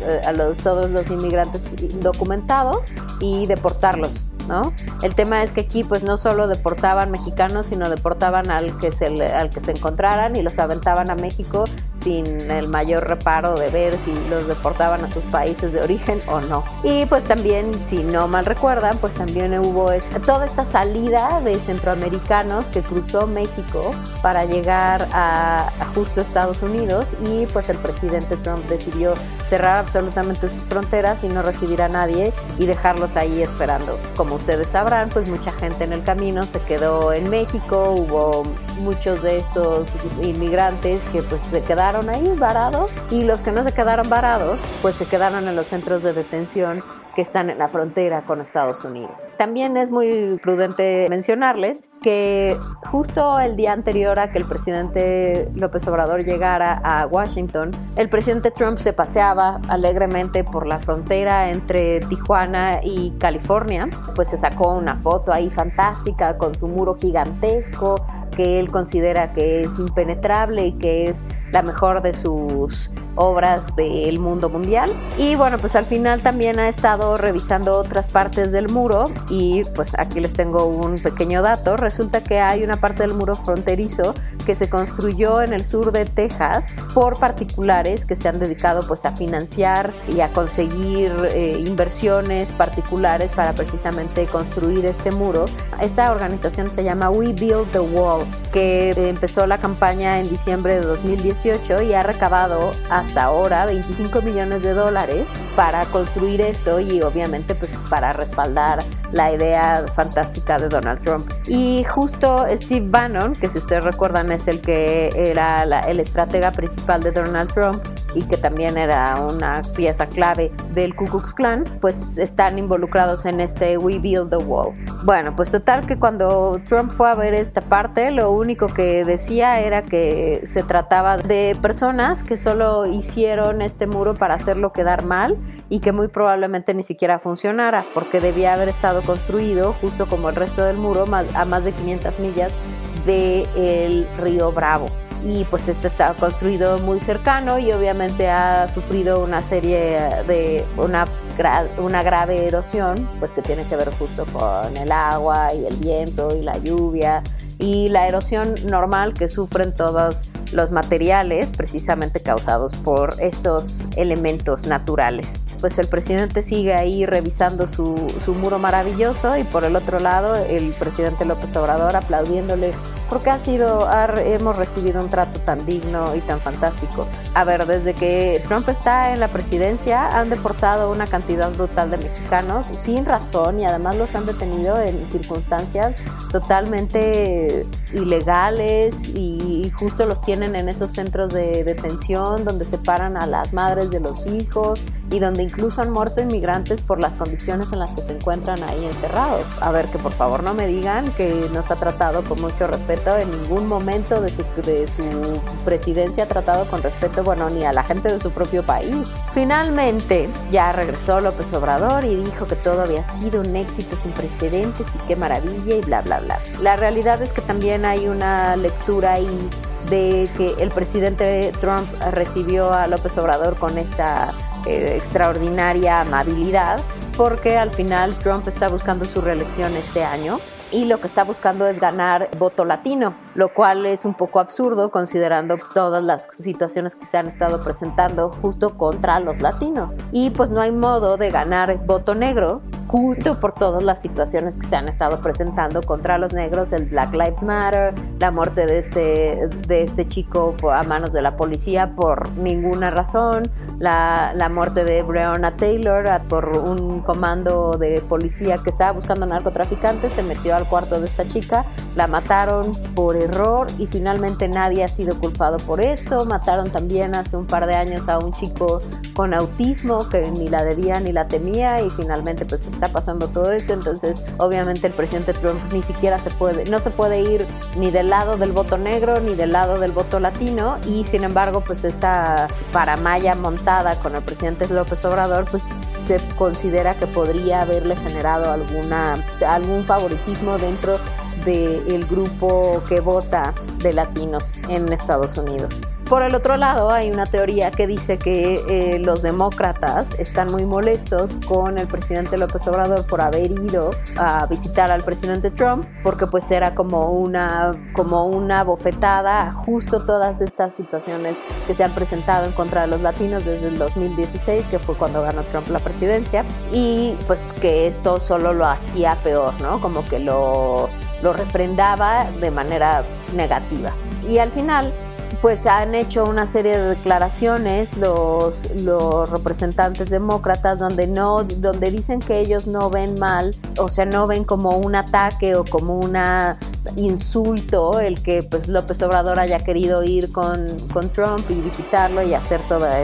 los inmigrantes indocumentados y deportarlos, ¿no? El tema es que aquí pues no solo deportaban mexicanos, sino deportaban al que se encontraran y los aventaban a México sin el mayor reparo de ver si los deportaban a sus países de origen o no. Y pues también, si no mal recuerdan, pues también hubo toda esta salida de centroamericanos que cruzó México para llegar a justo Estados Unidos y pues el presidente Trump decidió cerrar absolutamente sus fronteras y no recibir a nadie y dejarlos ahí esperando. Como ustedes sabrán, pues mucha gente en el camino se quedó en México, hubo muchos de estos inmigrantes que pues se quedaron ahí varados y los que no se quedaron varados pues se quedaron en los centros de detención que están en la frontera con Estados Unidos. También es muy prudente mencionarles que justo el día anterior a que el presidente López Obrador llegara a Washington, el presidente Trump se paseaba alegremente por la frontera entre Tijuana y California, pues se sacó una foto ahí fantástica con su muro gigantesco que él considera que es impenetrable y que es la mejor de sus obras del mundo mundial. Y bueno, pues al final también ha estado revisando otras partes del muro y pues aquí les tengo un pequeño dato. Resulta que hay una parte del muro fronterizo que se construyó en el sur de Texas por particulares que se han dedicado pues a financiar y a conseguir inversiones particulares para precisamente construir este muro. Esta organización se llama We Build the Wall, que empezó la campaña en diciembre de 2018 y ha recabado hasta ahora $25 millones para construir esto y obviamente pues para respaldar la idea fantástica de Donald Trump. Y justo Steve Bannon, que si ustedes recuerdan es el que era el estratega principal de Donald Trump y que también era una pieza clave del Ku Klux Klan, pues están involucrados en este We Build the Wall. Bueno, pues total que cuando Trump fue a ver esta parte, lo único que decía era que se trataba de personas que solo hicieron este muro para hacerlo quedar mal y que muy probablemente ni siquiera funcionara porque debía haber estado construido justo como el resto del muro a más de 500 millas del río Bravo. Y pues este estaba construido muy cercano y obviamente ha sufrido una serie de una grave erosión, pues que tiene que ver justo con el agua y el viento y la lluvia y la erosión normal que sufren todos los materiales precisamente causados por estos elementos naturales. Pues el presidente sigue ahí revisando su muro maravilloso y por el otro lado el presidente López Obrador aplaudiéndole porque hemos recibido un trato tan digno y tan fantástico. A ver, desde que Trump está en la presidencia han deportado una cantidad brutal de mexicanos sin razón y además los han detenido en circunstancias totalmente ilegales y justo los tienen en esos centros de detención donde separan a las madres de los hijos y donde incluso han muerto inmigrantes por las condiciones en las que se encuentran ahí encerrados. A ver, que por favor no me digan que nos ha tratado con mucho respeto. En ningún momento de su presidencia ha tratado con respeto, bueno, ni a la gente de su propio país. Finalmente ya regresó López Obrador y dijo que todo había sido un éxito sin precedentes y qué maravilla y bla bla bla. La realidad es que también hay una lectura ahí de que el presidente Trump recibió a López Obrador con esta extraordinaria amabilidad porque al final Trump está buscando su reelección este año y lo que está buscando es ganar voto latino, lo cual es un poco absurdo considerando todas las situaciones que se han estado presentando justo contra los latinos. Y pues no hay modo de ganar voto negro justo por todas las situaciones que se han estado presentando contra los negros, el Black Lives Matter, la muerte de este chico a manos de la policía por ninguna razón, la muerte de Breonna Taylor por un comando de policía que estaba buscando narcotraficantes, se metió al cuarto de esta chica, la mataron por error y finalmente nadie ha sido culpado por esto. Mataron también hace un par de años a un chico con autismo que ni la debía ni la temía y finalmente pues está pasando todo esto. Entonces obviamente el presidente Trump ni siquiera no se puede ir ni del lado del voto negro ni del lado del voto latino, y sin embargo pues esta faramalla montada con el presidente López Obrador pues se considera que podría haberle generado algún favoritismo dentro del grupo que vota de latinos en Estados Unidos. Por el otro lado, hay una teoría que dice que los demócratas están muy molestos con el presidente López Obrador por haber ido a visitar al presidente Trump, porque pues era como una bofetada a justo todas estas situaciones que se han presentado en contra de los latinos desde el 2016, que fue cuando ganó Trump la presidencia, y pues que esto solo lo hacía peor, ¿no? Como que lo refrendaba de manera negativa. Y al final pues han hecho una serie de declaraciones los representantes demócratas donde dicen que ellos no ven mal, o sea, no ven como un ataque o como una insulto el que pues López Obrador haya querido ir con Trump y visitarlo y hacer toda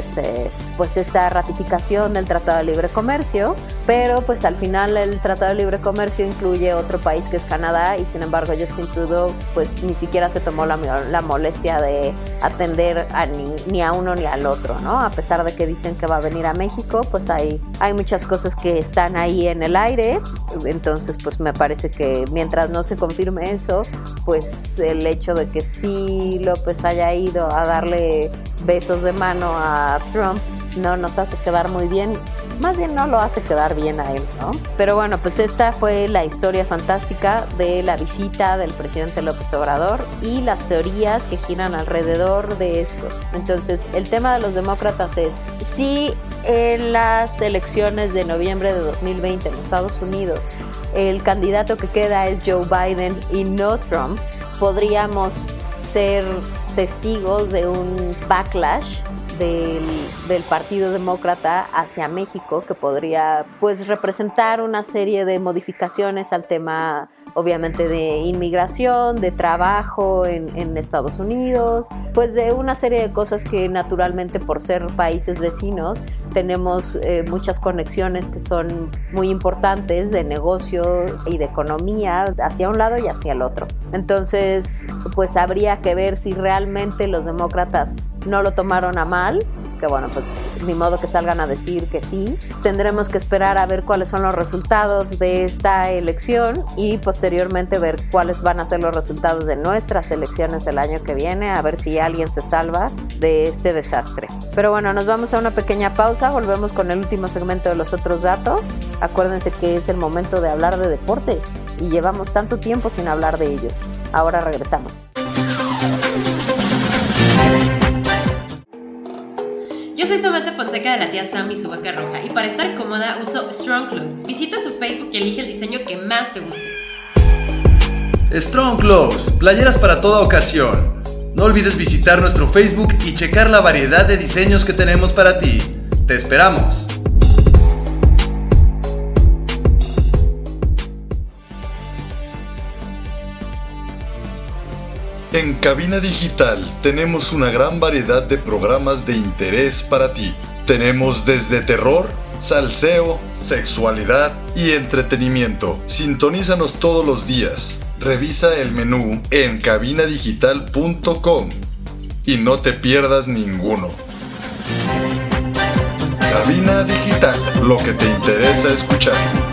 esta ratificación del Tratado de Libre Comercio, pero pues al final el Tratado de Libre Comercio incluye otro país que es Canadá, y sin embargo Justin Trudeau pues ni siquiera se tomó la molestia de atender ni a uno ni al otro, ¿no? A pesar de que dicen que va a venir a México, pues hay muchas cosas que están ahí en el aire. Entonces pues me parece que mientras no se confirme eso, pues el hecho de que sí López haya ido a darle besos de mano a Trump no nos hace quedar muy bien, más bien no lo hace quedar bien a él, ¿no? Pero bueno, pues esta fue la historia fantástica de la visita del presidente López Obrador y las teorías que giran alrededor de esto. Entonces, el tema de los demócratas es, si en las elecciones de noviembre de 2020 en Estados Unidos el candidato que queda es Joe Biden y no Trump, podríamos ser testigos de un backlash del Partido Demócrata hacia México, que podría pues representar una serie de modificaciones al tema, obviamente, de inmigración, de trabajo en Estados Unidos, pues de una serie de cosas que naturalmente, por ser países vecinos, tenemos muchas conexiones que son muy importantes de negocio y de economía hacia un lado y hacia el otro. Entonces pues habría que ver si realmente los demócratas no lo tomaron a mal, que bueno, pues ni modo que salgan a decir que sí. Tendremos que esperar a ver cuáles son los resultados de esta elección y posteriormente ver cuáles van a ser los resultados de nuestras elecciones el año que viene, a ver si alguien se salva de este desastre. Pero bueno, nos vamos a una pequeña pausa, volvemos con el último segmento de los otros datos. Acuérdense que es el momento de hablar de deportes y llevamos tanto tiempo sin hablar de ellos. Ahora regresamos. Yo soy Samantha Fonseca de la tía Sam y su vaca roja, y para estar cómoda uso Strong Clothes. Visita su Facebook y elige el diseño que más te guste. Strong Clothes, playeras para toda ocasión. No olvides visitar nuestro Facebook y checar la variedad de diseños que tenemos para ti. ¡Te esperamos! En Cabina Digital tenemos una gran variedad de programas de interés para ti. Tenemos desde terror, salseo, sexualidad y entretenimiento. Sintonízanos todos los días. Revisa el menú en cabinadigital.com y no te pierdas ninguno. Cabina Digital, lo que te interesa escuchar.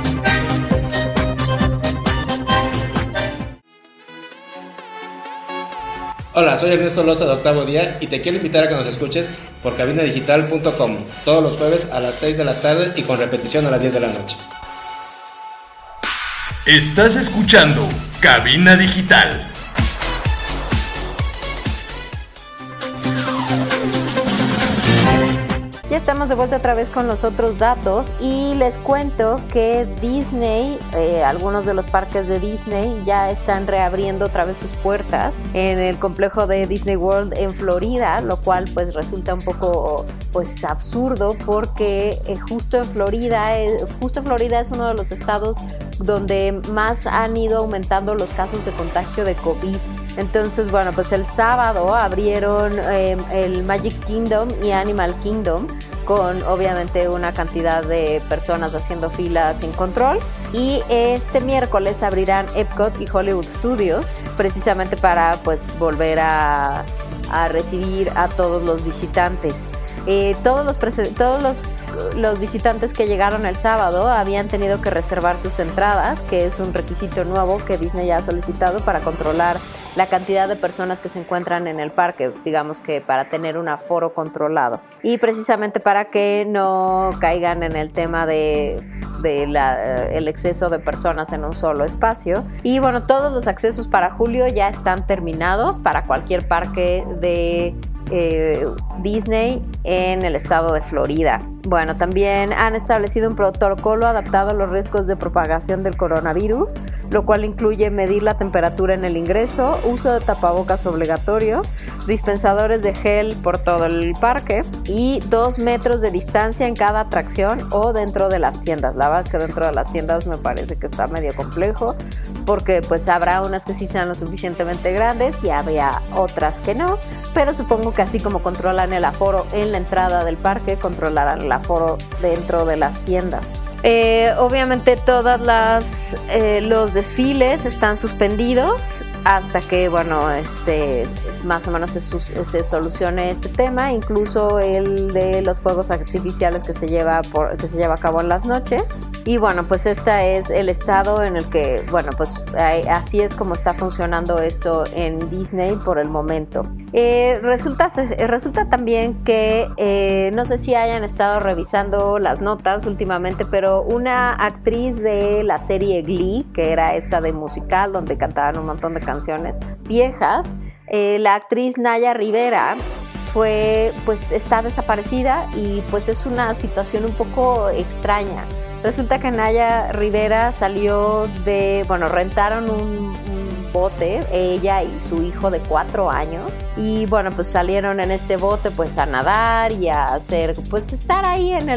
Hola, soy Ernesto Loza de Octavo Día y te quiero invitar a que nos escuches por cabinadigital.com todos los jueves a las 6 de la tarde y con repetición a las 10 de la noche. Estás escuchando Cabina Digital. Ya estamos de vuelta otra vez con los otros datos y les cuento que Disney, algunos de los parques de Disney ya están reabriendo otra vez sus puertas en el complejo de Disney World en Florida, lo cual pues resulta un poco pues absurdo porque justo Florida es uno de los estados donde más han ido aumentando los casos de contagio de COVID. Entonces, bueno, pues el sábado abrieron el Magic Kingdom y Animal Kingdom con obviamente una cantidad de personas haciendo fila sin control. Y este miércoles abrirán Epcot y Hollywood Studios precisamente para pues volver a recibir a todos los visitantes. Todos los visitantes que llegaron el sábado habían tenido que reservar sus entradas, que es un requisito nuevo que Disney ya ha solicitado para controlar la cantidad de personas que se encuentran en el parque, digamos que para tener un aforo controlado y precisamente para que no caigan en el tema el exceso de personas en un solo espacio. Y bueno, todos los accesos para julio ya están terminados para cualquier parque de Disney en el estado de Florida. Bueno, también han establecido un protocolo adaptado a los riesgos de propagación del coronavirus, lo cual incluye medir la temperatura en el ingreso, uso de tapabocas obligatorio, dispensadores de gel por todo el parque y 2 metros de distancia en cada atracción o dentro de las tiendas. La verdad es que dentro de las tiendas me parece que está medio complejo porque pues habrá unas que sí sean lo suficientemente grandes y habría otras que no, pero supongo que así como controlan el aforo en la entrada del parque, controlarán el aforo dentro de las tiendas. Obviamente todos los desfiles están suspendidos hasta que más o menos se solucione este tema, incluso el de los fuegos artificiales que se lleva a cabo en las noches. Y bueno, pues este es el estado en el que, bueno, pues así es como está funcionando esto en Disney por el momento. Resulta también que no sé si hayan estado revisando las notas últimamente, pero una actriz de la serie Glee, que era esta de musical donde cantaban un montón de canciones viejas, la actriz Naya Rivera está desaparecida y pues es una situación un poco extraña. Resulta que Naya Rivera rentaron un bote, ella y su hijo de 4 años, y bueno, pues salieron en este bote pues a nadar y a estar ahí en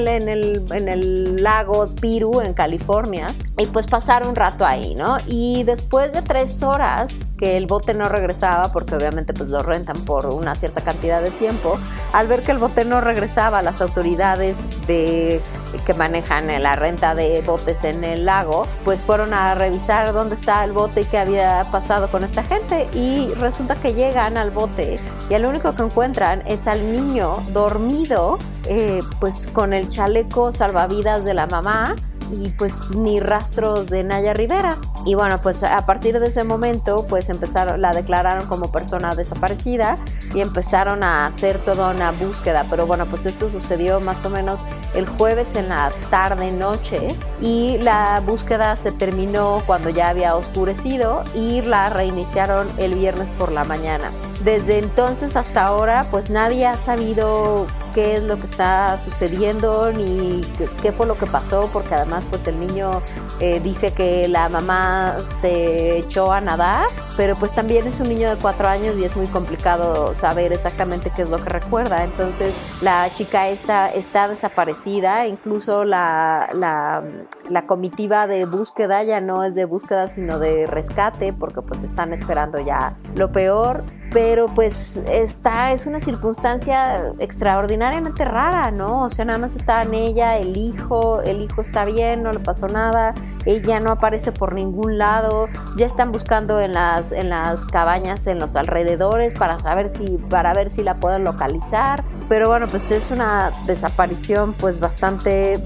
el lago Piru en California, y pues pasar un rato ahí, ¿no? Y después de 3 horas que el bote no regresaba, porque obviamente pues lo rentan por una cierta cantidad de tiempo, al ver que el bote no regresaba, las autoridades que manejan la renta de botes en el lago, pues fueron a revisar dónde estaba el bote y qué había pasado con esta gente, y resulta que llegan al bote y lo único que encuentran es al niño dormido, pues con el chaleco salvavidas de la mamá, y pues ni rastros de Naya Rivera. Y bueno, pues a partir de ese momento pues la declararon como persona desaparecida y empezaron a hacer toda una búsqueda. Pero bueno, pues esto sucedió más o menos el jueves en la tarde noche, y la búsqueda se terminó cuando ya había oscurecido y la reiniciaron el viernes por la mañana. Desde entonces hasta ahora pues nadie ha sabido qué es lo que está sucediendo ni qué fue lo que pasó, porque además pues el niño dice que la mamá se echó a nadar, pero pues también es un niño de 4 años y es muy complicado saber exactamente qué es lo que recuerda. Entonces la chica está desaparecida, incluso la comitiva de búsqueda ya no es de búsqueda sino de rescate, porque pues están esperando ya lo peor. Pero pues esta es una circunstancia extraordinariamente rara, ¿no? O sea, nada más estaban ella, el hijo está bien, no le pasó nada, ella no aparece por ningún lado, ya están buscando en las cabañas en los alrededores para ver si la pueden localizar. Pero bueno, pues es una desaparición pues bastante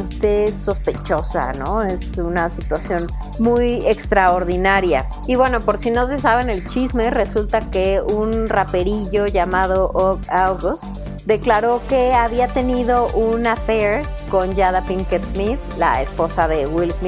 sospechosa, ¿no? Es una situación muy extraordinaria. Y bueno, por si no se saben el chisme, resulta que un raperillo llamado August declaró que había tenido un affair con Jada Pinkett Smith, la esposa de Will Smith,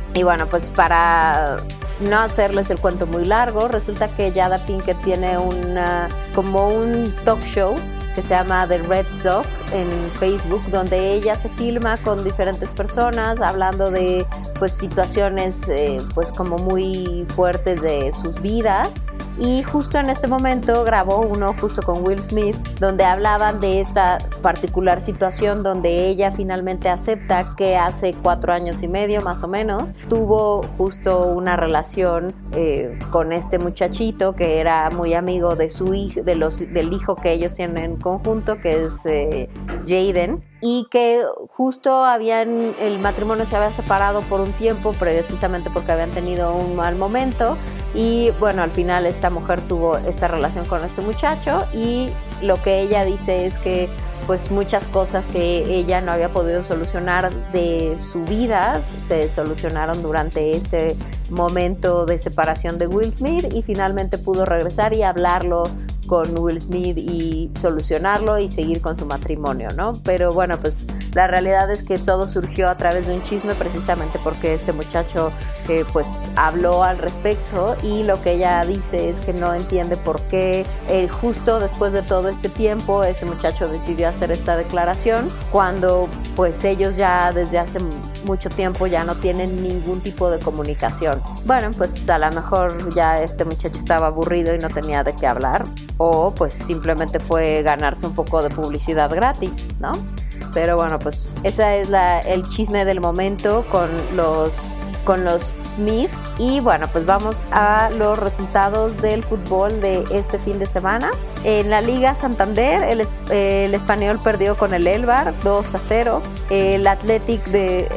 Y bueno, pues para no hacerles el cuento muy largo, resulta que Jada Pinkett tiene como un talk show que se llama The Red Dog en Facebook, donde ella se filma con diferentes personas hablando de pues situaciones pues como muy fuertes de sus vidas. Y justo en este momento grabó uno justo con Will Smith, donde hablaban de esta particular situación donde ella finalmente acepta que hace 4 años y medio más o menos tuvo justo una relación con este muchachito que era muy amigo de su hijo, del hijo que ellos tienen en conjunto, que es Jaden, y que justo el matrimonio se había separado por un tiempo precisamente porque habían tenido un mal momento. Y bueno, al final esta mujer tuvo esta relación con este muchacho, y lo que ella dice es que pues muchas cosas que ella no había podido solucionar de su vida se solucionaron durante este momento de separación de Will Smith, y finalmente pudo regresar y hablarlo con Will Smith y solucionarlo y seguir con su matrimonio, ¿no? Pero bueno, pues la realidad es que todo surgió a través de un chisme, precisamente porque este muchacho pues habló al respecto, y lo que ella dice es que no entiende por qué justo después de todo este tiempo este muchacho decidió hacer esta declaración cuando pues ellos ya desde hace mucho tiempo ya no tienen ningún tipo de comunicación. Bueno, pues a lo mejor ya este muchacho estaba aburrido y no tenía de qué hablar, o pues simplemente fue ganarse un poco de publicidad gratis, ¿no? Pero bueno, pues ese es el chisme del momento con los Smith. Y bueno, pues vamos a los resultados del fútbol de este fin de semana. En la Liga Santander, el Español perdió con el Eibar 2-0. El Atlético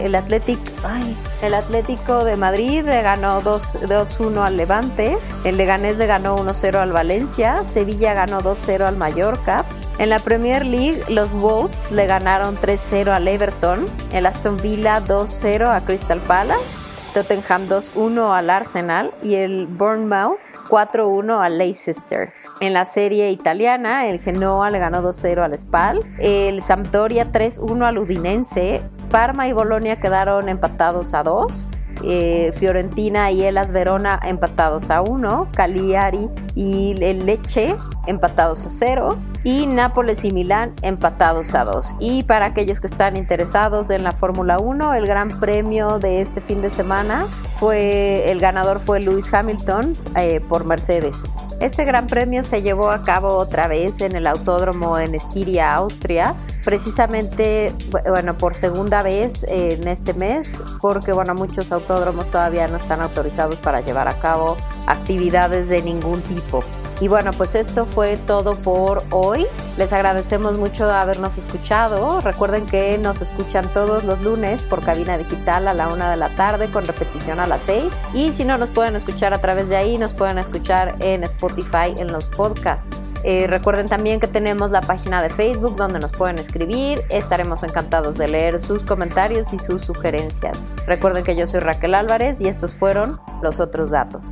de Madrid le ganó 2-1 al Levante. El Leganés le ganó 1-0 al Valencia. Sevilla ganó 2-0 al Mallorca. En la Premier League, los Wolves le ganaron 3-0 al Everton. El Aston Villa 2-0 a Crystal Palace. Tottenham 2-1 al Arsenal, y el Bournemouth 4-1 al Leicester. En la serie italiana, el Genoa le ganó 2-0 al Spal, el Sampdoria 3-1 al Udinese, Parma y Bolonia quedaron empatados a 2, Fiorentina y Hellas Verona empatados a 1, Cagliari y el Lecce empatados a 0, y Nápoles y Milán empatados a 2. Y para aquellos que están interesados en la Fórmula 1, el gran premio de este fin de semana el ganador fue Lewis Hamilton por Mercedes. Este gran premio se llevó a cabo otra vez en el autódromo en Estiria, Austria, precisamente por segunda vez en este mes, porque muchos autódromos todavía no están autorizados para llevar a cabo actividades de ningún tipo. Y bueno, pues esto fue todo por hoy. Les agradecemos mucho habernos escuchado. Recuerden que nos escuchan todos los lunes por Cabina Digital a la 1 de la tarde, con repetición a las 6. Y si no nos pueden escuchar a través de ahí, nos pueden escuchar en Spotify, en los podcasts. Recuerden también que tenemos la página de Facebook donde nos pueden escribir. Estaremos encantados de leer sus comentarios y sus sugerencias. Recuerden que yo soy Raquel Álvarez y estos fueron Los Otros Datos.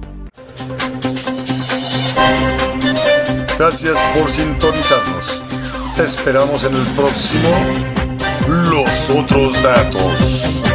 Gracias por sintonizarnos. Te esperamos en el próximo Los Otros Datos.